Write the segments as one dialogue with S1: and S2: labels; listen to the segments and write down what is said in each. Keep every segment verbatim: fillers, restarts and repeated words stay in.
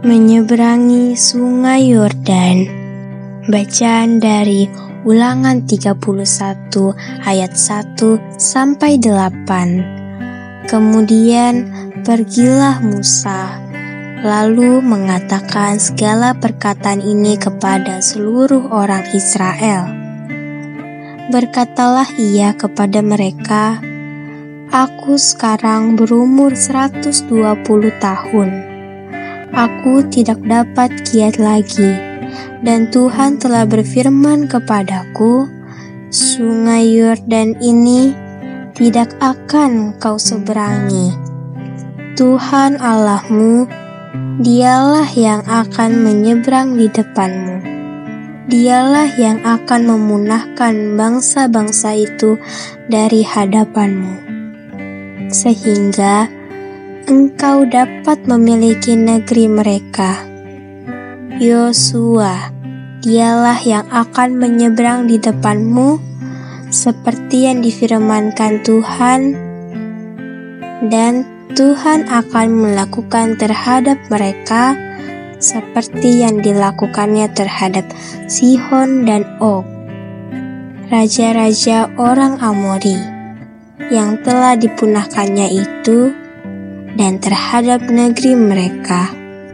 S1: Menyeberangi Sungai Yordan. Bacaan dari Ulangan tiga puluh satu ayat satu sampai delapan. Kemudian pergilah Musa, lalu mengatakan segala perkataan ini kepada seluruh orang Israel. Berkatalah ia kepada mereka, "Aku sekarang berumur seratus dua puluh tahun. Aku tidak dapat giat lagi, dan Tuhan telah berfirman kepadaku, Sungai Yordan ini tidak akan kau seberangi. Tuhan Allahmu, Dialah yang akan menyeberang di depanmu. Dialah yang akan memunahkan bangsa-bangsa itu dari hadapanmu, sehingga engkau dapat memiliki negeri mereka. Yosua, Dialah yang akan menyeberang di depanmu, seperti yang difirmankan Tuhan, dan Tuhan akan melakukan terhadap mereka seperti yang dilakukannya terhadap Sihon dan Og, raja-raja orang Amori, yang telah dipunahkannya itu, dan terhadap negeri mereka.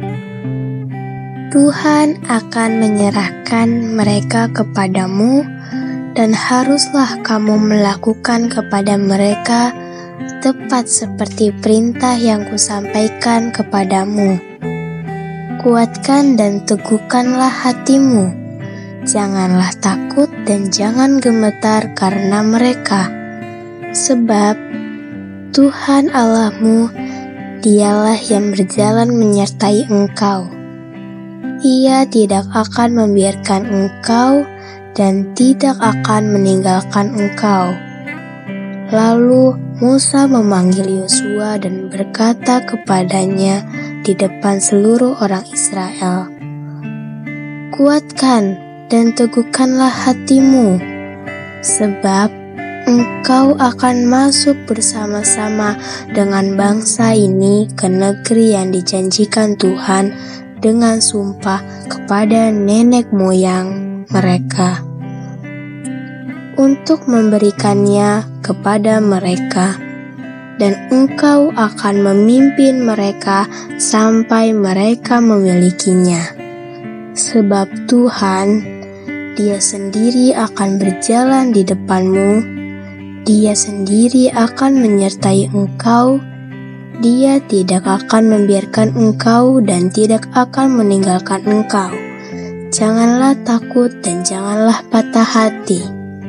S1: Tuhan akan menyerahkan mereka kepadamu, dan haruslah kamu melakukan kepada mereka tepat seperti perintah yang kusampaikan kepadamu. Kuatkan dan teguhkanlah hatimu, janganlah takut dan jangan gemetar karena mereka, sebab Tuhan Allahmu, Dialah yang berjalan menyertai engkau. Ia tidak akan membiarkan engkau dan tidak akan meninggalkan engkau." Lalu Musa memanggil Yosua dan berkata kepadanya di depan seluruh orang Israel, "Kuatkan dan teguhkanlah hatimu, sebab engkau akan masuk bersama-sama dengan bangsa ini ke negeri yang dijanjikan Tuhan dengan sumpah kepada nenek moyang mereka, untuk memberikannya kepada mereka, dan engkau akan memimpin mereka sampai mereka memilikinya. Sebab Tuhan, Dia sendiri akan berjalan di depanmu, Dia sendiri akan menyertai engkau, Dia tidak akan membiarkan engkau dan tidak akan meninggalkan engkau. Janganlah takut dan janganlah patah hati."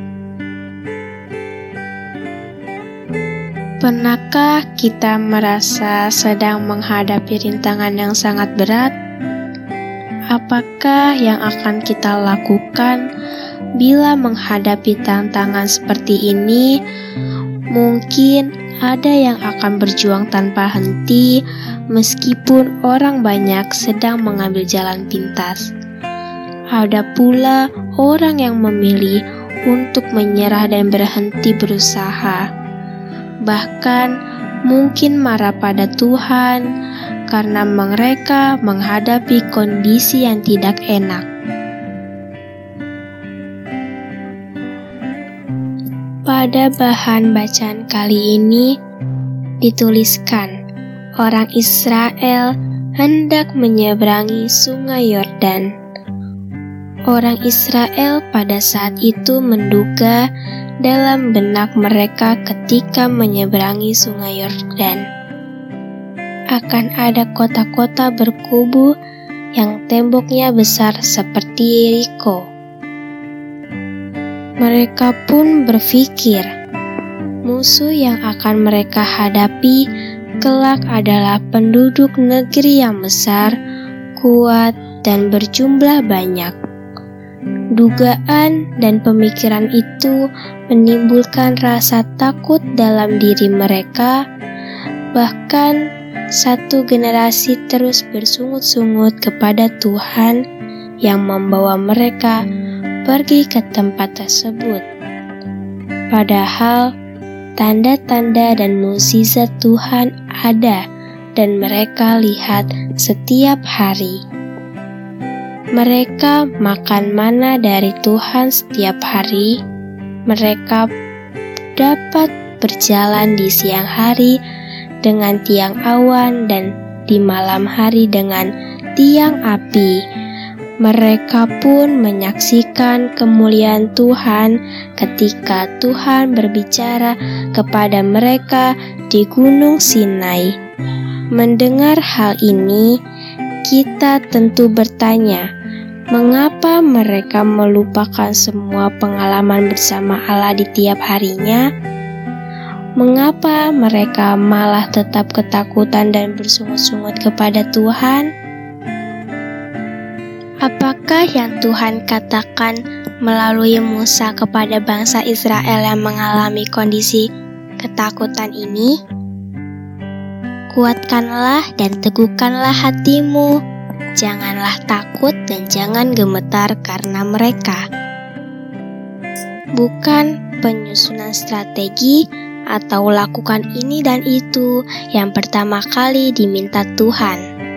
S2: Pernahkah kita merasa sedang menghadapi rintangan yang sangat berat? Apakah yang akan kita lakukan bila menghadapi tantangan seperti ini? Mungkin ada yang akan berjuang tanpa henti, meskipun orang banyak sedang mengambil jalan pintas. Ada pula orang yang memilih untuk menyerah dan berhenti berusaha. Bahkan mungkin marah pada Tuhan karena mereka menghadapi kondisi yang tidak enak. Pada bahan bacaan kali ini dituliskan, orang Israel hendak menyeberangi Sungai Yordan. Orang Israel pada saat itu menduga dalam benak mereka ketika menyeberangi Sungai Yordan akan ada kota-kota berkubu yang temboknya besar seperti Yeriko. Mereka pun berpikir, musuh yang akan mereka hadapi kelak adalah penduduk negeri yang besar, kuat, dan berjumlah banyak. Dugaan dan pemikiran itu menimbulkan rasa takut dalam diri mereka. Bahkan satu generasi terus bersungut-sungut kepada Tuhan yang membawa mereka pergi ke tempat tersebut. Padahal tanda-tanda dan mukjizat Tuhan ada dan mereka lihat setiap hari. Mereka makan mana dari Tuhan setiap hari. Mereka dapat berjalan di siang hari dengan tiang awan dan di malam hari dengan tiang api. Mereka pun menyaksikan kemuliaan Tuhan ketika Tuhan berbicara kepada mereka di Gunung Sinai. Mendengar hal ini, kita tentu bertanya, mengapa mereka melupakan semua pengalaman bersama Allah di tiap harinya? Mengapa mereka malah tetap ketakutan dan bersungut-sungut kepada Tuhan? Apakah yang Tuhan katakan melalui Musa kepada bangsa Israel yang mengalami kondisi ketakutan ini? Kuatkanlah dan teguhkanlah hatimu. Janganlah takut dan jangan gemetar karena mereka. Bukan penyusunan strategi atau lakukan ini dan itu yang pertama kali diminta Tuhan.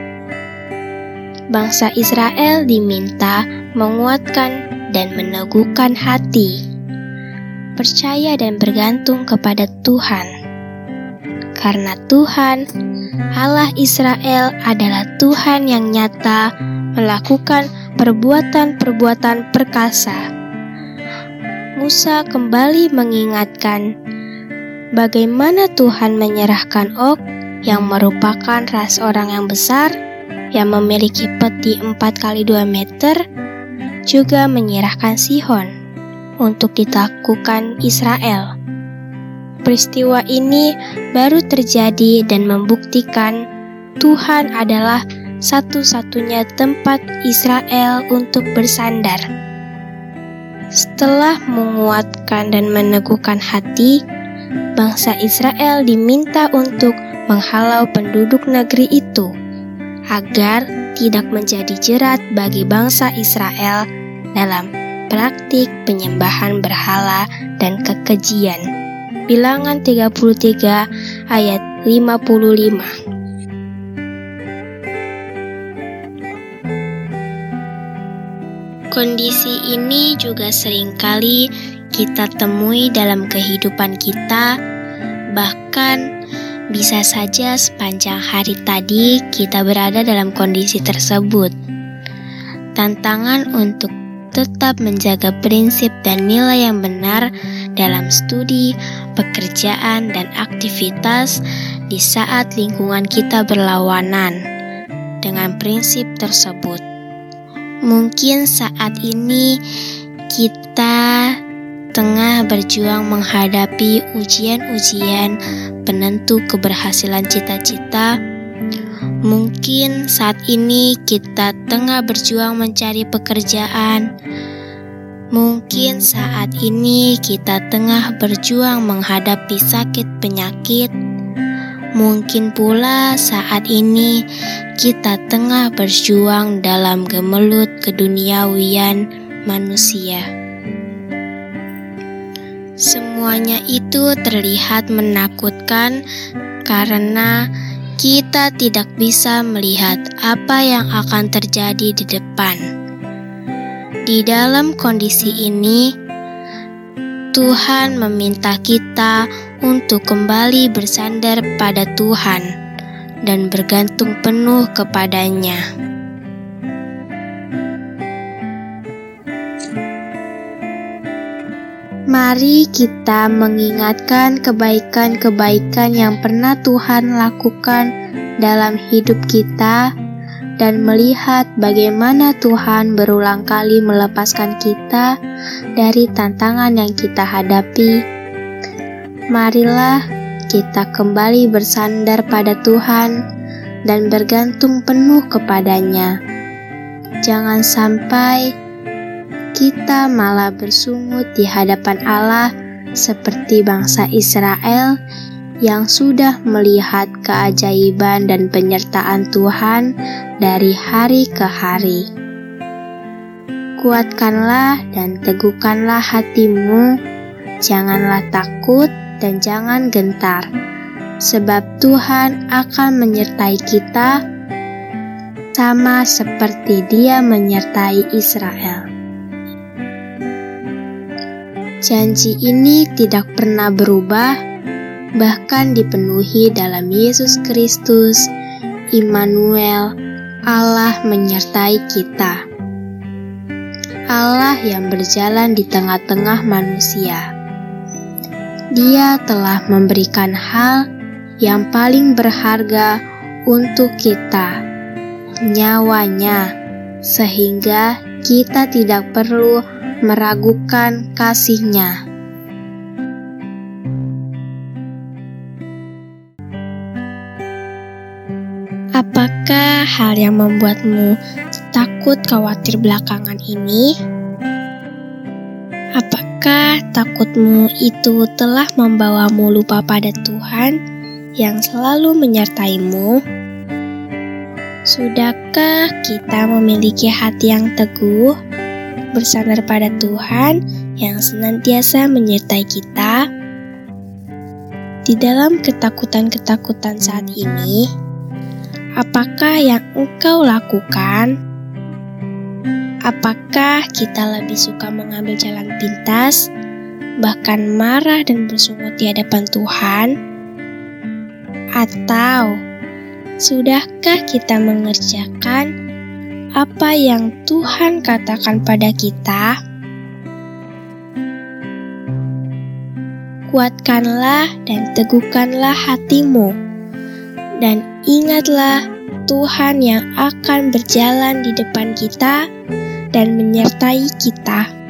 S2: Bangsa Israel diminta menguatkan dan meneguhkan hati, percaya dan bergantung kepada Tuhan. Karena Tuhan, Allah Israel adalah Tuhan yang nyata melakukan perbuatan-perbuatan perkasa. Musa kembali mengingatkan bagaimana Tuhan menyerahkan Og yang merupakan ras orang yang besar, yang memiliki peti empat kali dua meter, juga menyerahkan Sihon untuk ditaklukkan Israel. Peristiwa ini baru terjadi dan membuktikan Tuhan adalah satu-satunya tempat Israel untuk bersandar. Setelah menguatkan dan meneguhkan hati, bangsa Israel diminta untuk menghalau penduduk negeri itu, agar tidak menjadi jerat bagi bangsa Israel dalam praktik penyembahan berhala dan kekejian. Bilangan tiga puluh tiga ayat lima puluh lima. Kondisi ini juga seringkali kita temui dalam kehidupan kita, bahkan bisa saja sepanjang hari tadi kita berada dalam kondisi tersebut. Tantangan untuk tetap menjaga prinsip dan nilai yang benar dalam studi, pekerjaan, dan aktivitas di saat lingkungan kita berlawanan dengan prinsip tersebut. Mungkin saat ini kita tengah berjuang menghadapi ujian-ujian penentu keberhasilan cita-cita. Mungkin saat ini kita tengah berjuang mencari pekerjaan. Mungkin saat ini kita tengah berjuang menghadapi sakit penyakit. Mungkin pula saat ini kita tengah berjuang dalam gemelut keduniawian manusia. Semuanya itu terlihat menakutkan karena kita tidak bisa melihat apa yang akan terjadi di depan. Di dalam kondisi ini, Tuhan meminta kita untuk kembali bersandar pada Tuhan dan bergantung penuh kepadanya. Mari kita mengingatkan kebaikan-kebaikan yang pernah Tuhan lakukan dalam hidup kita dan melihat bagaimana Tuhan berulang kali melepaskan kita dari tantangan yang kita hadapi. Marilah kita kembali bersandar pada Tuhan dan bergantung penuh kepadanya. Jangan sampai kita malah bersungut di hadapan Allah seperti bangsa Israel yang sudah melihat keajaiban dan penyertaan Tuhan dari hari ke hari. Kuatkanlah dan teguhkanlah hatimu, janganlah takut dan jangan gentar, sebab Tuhan akan menyertai kita sama seperti Dia menyertai Israel. Janji ini tidak pernah berubah, bahkan dipenuhi dalam Yesus Kristus, Immanuel, Allah menyertai kita. Allah yang berjalan di tengah-tengah manusia. Dia telah memberikan hal yang paling berharga untuk kita, nyawanya, sehingga kita tidak perlu meragukan kasih-Nya. Apakah hal yang membuatmu takut khawatir belakangan ini? Apakah takutmu itu telah membawamu lupa pada Tuhan yang selalu menyertaimu? Sudahkah kita memiliki hati yang teguh, bersandar pada Tuhan yang senantiasa menyertai kita? Di dalam ketakutan-ketakutan saat ini, apakah yang engkau lakukan? Apakah kita lebih suka mengambil jalan pintas, bahkan marah dan bersungut di hadapan Tuhan? Atau sudahkah kita mengerjakan apa yang Tuhan katakan pada kita? Kuatkanlah dan teguhkanlah hatimu, dan ingatlah Tuhan yang akan berjalan di depan kita dan menyertai kita.